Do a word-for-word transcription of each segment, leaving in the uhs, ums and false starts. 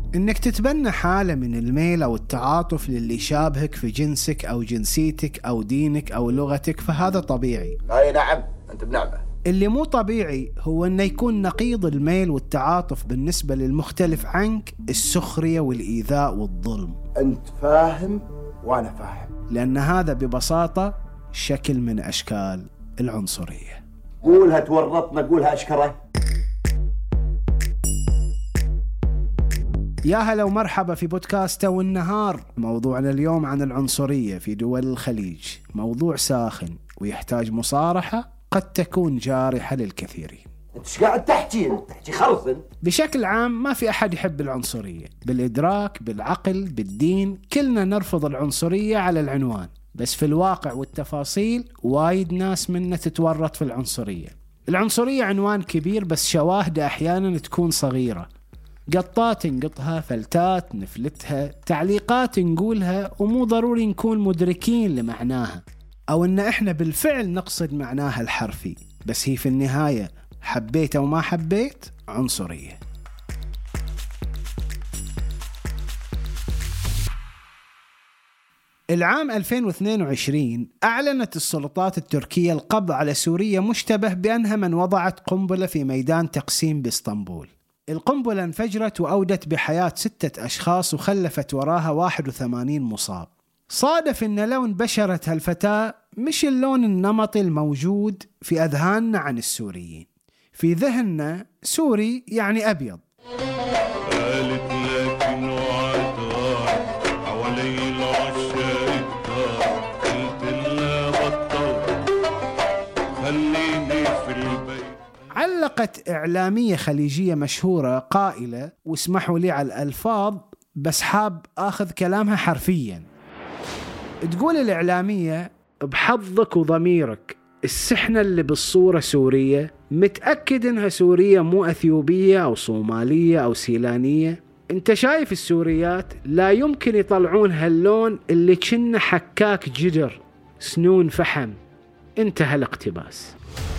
إنك تتبنى حالة من الميل أو التعاطف للي يشابهك في جنسك أو جنسيتك أو دينك أو لغتك، فهذا طبيعي. أي نعم، أنت بنعمة. اللي مو طبيعي هو إنه يكون نقيض الميل والتعاطف بالنسبة للمختلف عنك السخرية والإيذاء والظلم. أنت فاهم وأنا فاهم، لأن هذا ببساطة شكل من أشكال العنصرية. قولها تورطنا، قولها أشكره. يا هلا ومرحبا في بودكاست والنهار. موضوعنا اليوم عن العنصرية في دول الخليج، موضوع ساخن ويحتاج مصارحة قد تكون جارحة للكثيرين. انت ايش قاعد تحكي؟ انت تحكي خرصن. بشكل عام ما في أحد يحب العنصرية، بالإدراك بالعقل بالدين كلنا نرفض العنصرية على العنوان، بس في الواقع والتفاصيل وايد ناس منا تتورط في العنصرية. العنصرية عنوان كبير بس شواهده أحيانا تكون صغيرة، قطات نقطها، فلتات نفلتها، تعليقات نقولها ومو ضروري نكون مدركين لمعناها أو إن إحنا بالفعل نقصد معناها الحرفي، بس هي في النهاية حبيت أو ما حبيت عنصرية. العام ألفين واثنين وعشرين أعلنت السلطات التركية القبض على سورية مشتبه بأنها من وضعت قنبلة في ميدان تقسيم بإسطنبول. القنبلة انفجرت وأودت بحياة ستة أشخاص وخلفت وراها واحد وثمانين مصاب. صادف أن لون بشرة هالفتاة مش اللون النمطي الموجود في أذهاننا عن السوريين. في ذهننا سوري يعني أبيض. قالت لكن وعدها حوالي العشاء قلت لها بطل خليني في البيت. علقت إعلامية خليجية مشهورة قائلة، واسمحوا لي على الألفاظ بس حاب آخذ كلامها حرفيا. تقول الإعلامية: بحظك وضميرك السحنة اللي بالصورة سورية، متأكد إنها سورية مو أثيوبية أو صومالية أو سيلانية. انت شايف السوريات لا يمكن يطلعون هاللون اللي كنا حكاك جدر سنون فحم. انتهى الاقتباس.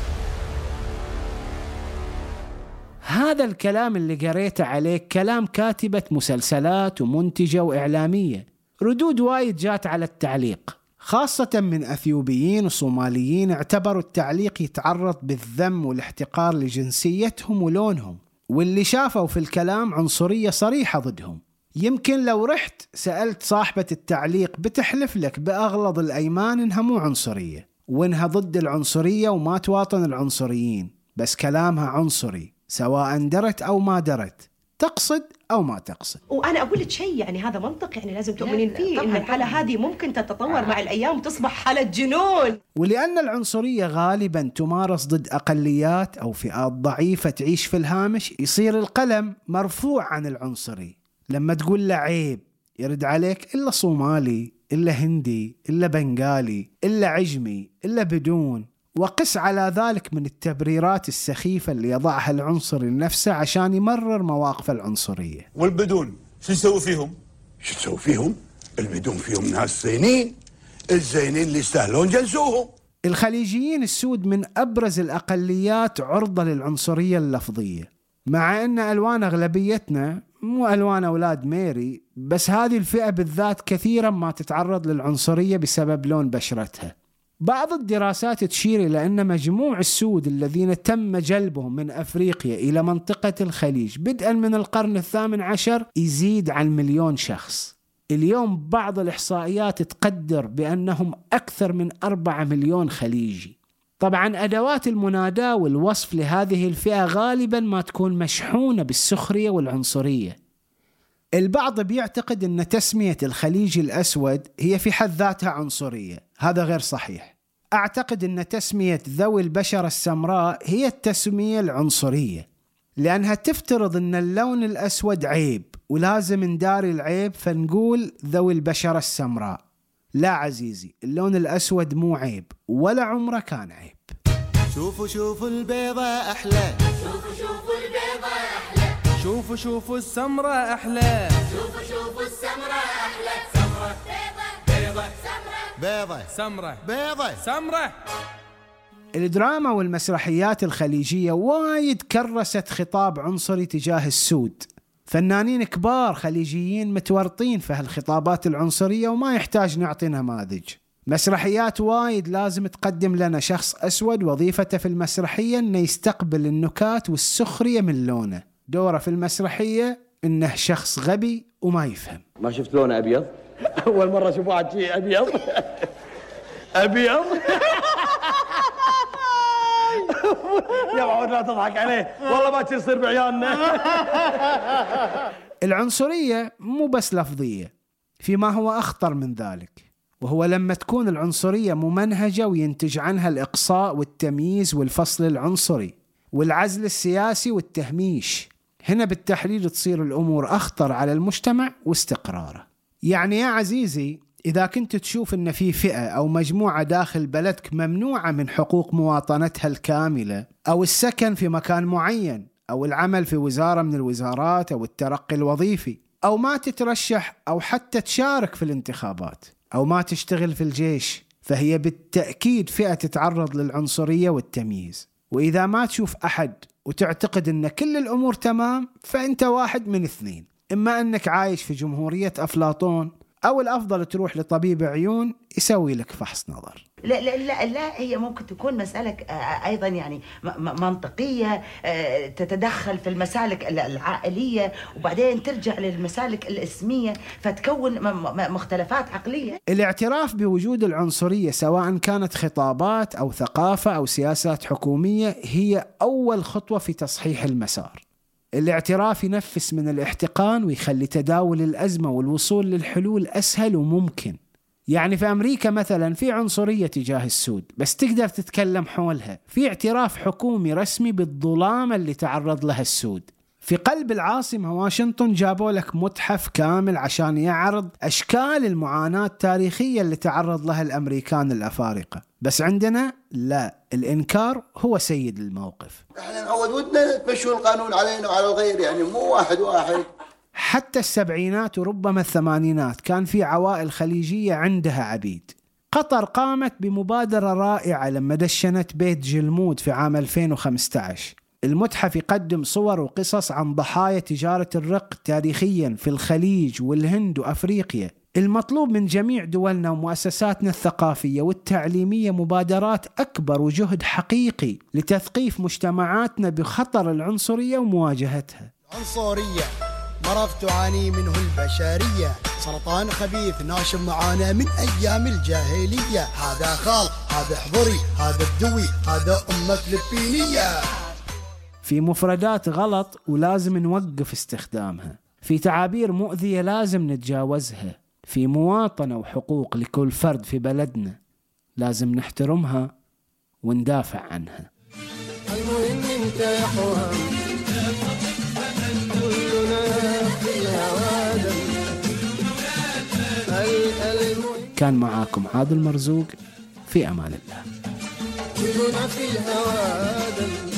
هذا الكلام اللي قريته عليك كلام كاتبة مسلسلات ومنتجة وإعلامية. ردود وايد جات على التعليق، خاصة من أثيوبيين وصوماليين اعتبروا التعليق يتعرض بالذم والاحتقار لجنسيتهم ولونهم، واللي شافوا في الكلام عنصرية صريحة ضدهم. يمكن لو رحت سألت صاحبة التعليق بتحلف لك بأغلظ الأيمان إنها مو عنصرية وإنها ضد العنصرية وما تواطن العنصريين، بس كلامها عنصري سواء درت أو ما درت، تقصد أو ما تقصد. وأنا أقول لك شيء، يعني هذا منطق، يعني لازم تؤمنين فيه إن الحالة هذه ممكن تتطور آه. مع الأيام وتصبح حالة جنون. ولأن العنصرية غالبا تمارس ضد أقليات أو فئات ضعيفة تعيش في الهامش، يصير القلم مرفوع عن العنصري. لما تقول له عيب يرد عليك إلا صومالي إلا هندي إلا بنغالي إلا عجمي إلا بدون، وقس على ذلك من التبريرات السخيفة اللي يضعها العنصري لنفسه عشان يمرر مواقف العنصرية. والبدون شو نسوي فيهم؟ شو نسوي فيهم؟ البدون فيهم ناس زينين، الزينين اللي يستاهلون جنسوهم. الخليجيين السود من أبرز الأقليات عرضة للعنصرية اللفظية، مع أن ألوان أغلبيتنا مو ألوان أولاد ميري، بس هذه الفئة بالذات كثيرا ما تتعرض للعنصرية بسبب لون بشرتها. بعض الدراسات تشير إلى أن مجموع السود الذين تم جلبهم من أفريقيا إلى منطقة الخليج بدءا من القرن الثامن عشر يزيد عن مليون شخص. اليوم بعض الإحصائيات تقدر بأنهم أكثر من أربعة مليون خليجي. طبعا أدوات المناداة والوصف لهذه الفئة غالبا ما تكون مشحونة بالسخرية والعنصرية. البعض بيعتقد أن تسمية الخليج الأسود هي في حد ذاتها عنصرية، هذا غير صحيح. أعتقد أن تسمية ذوي البشرة السمراء هي التسمية العنصرية، لأنها تفترض أن اللون الأسود عيب ولازم نداري العيب فنقول ذوي البشرة السمراء. لا عزيزي، اللون الأسود مو عيب ولا عمره كان عيب. شوفوا شوفوا البيضة أحلى، شوفوا شوفوا البيضة أحلى، شوفوا شوفوا السمراء أحلى، شوفوا شوفوا السمراء أحلى، سمرة بيضة بيضة سمرة بيضة سمرة بيضة سمرة. الدراما والمسرحيات الخليجية وايد كرست خطاب عنصري تجاه السود، فنانين كبار خليجيين متورطين في هالخطابات العنصرية وما يحتاج نعطي نماذج. مسرحيات وايد لازم تقدم لنا شخص أسود وظيفته في المسرحية إنه يستقبل النكات والسخرية من لونه. دوره في المسرحية إنه شخص غبي وما يفهم. ما شفت لونه أبيض؟ أول مرة أشوف واحد شيء أبيض. أبيض. يا معود لا تضحك عليه، والله ما تصير بعيالنا. العنصرية مو بس لفظية، فيما هو أخطر من ذلك، وهو لما تكون العنصرية ممنهجة وينتج عنها الإقصاء والتمييز والفصل العنصري والعزل السياسي والتهميش. هنا بالتحليل تصير الأمور أخطر على المجتمع واستقراره. يعني يا عزيزي، إذا كنت تشوف أن في فئة أو مجموعة داخل بلدك ممنوعة من حقوق مواطنتها الكاملة، أو السكن في مكان معين، أو العمل في وزارة من الوزارات، أو الترقي الوظيفي، أو ما تترشح أو حتى تشارك في الانتخابات، أو ما تشتغل في الجيش، فهي بالتأكيد فئة تتعرض للعنصرية والتمييز. وإذا ما تشوف أحد وتعتقد أن كل الأمور تمام، فأنت واحد من اثنين: إما أنك عايش في جمهورية أفلاطون، أو الأفضل تروح لطبيب عيون يسوي لك فحص نظر. لا لا لا, لا هي ممكن تكون مسألة أيضا يعني منطقية، تتدخل في المسالك العائلية وبعدين ترجع للمسالك الاسمية، فتكون مختلفات عقلية. الاعتراف بوجود العنصرية سواء كانت خطابات أو ثقافة أو سياسات حكومية هي أول خطوة في تصحيح المسار. الاعتراف ينفس من الاحتقان ويخلي تداول الأزمة والوصول للحلول أسهل وممكن. يعني في أمريكا مثلا في عنصرية تجاه السود، بس تقدر تتكلم حولها. في اعتراف حكومي رسمي بالظلام اللي تعرض لها السود. في قلب العاصمة واشنطن جابوا لك متحف كامل عشان يعرض أشكال المعاناة التاريخية اللي تعرض لها الأمريكان الأفارقة. بس عندنا لا، الإنكار هو سيد الموقف. احنا نعود ودنا تمشوا القانون علينا وعلى الغير، يعني مو واحد واحد. حتى السبعينات وربما الثمانينات كان في عوائل خليجية عندها عبيد. قطر قامت بمبادرة رائعة لما دشنت بيت جلمود في عام ألفين وخمسة عشر. المتحف يقدم صور وقصص عن ضحايا تجارة الرق تاريخيا في الخليج والهند وأفريقيا. المطلوب من جميع دولنا ومؤسساتنا الثقافية والتعليمية مبادرات أكبر وجهد حقيقي لتثقيف مجتمعاتنا بخطر العنصرية ومواجهتها. عنصرية مرض تعاني منه البشرية، سرطان خبيث ناشم معانا من أيام الجاهلية. هذا خال، هذا حضري، هذا الدوي، هذا أمة فلبينية. في مفردات غلط ولازم نوقف استخدامها. في تعابير مؤذية لازم نتجاوزها. في مواطنة وحقوق لكل فرد في بلدنا لازم نحترمها وندافع عنها. المهم انت يا حوام، كلنا في الهوى دم. كان معاكم عادل مرزوق، في أمان الله. كلنا في الهوى دم.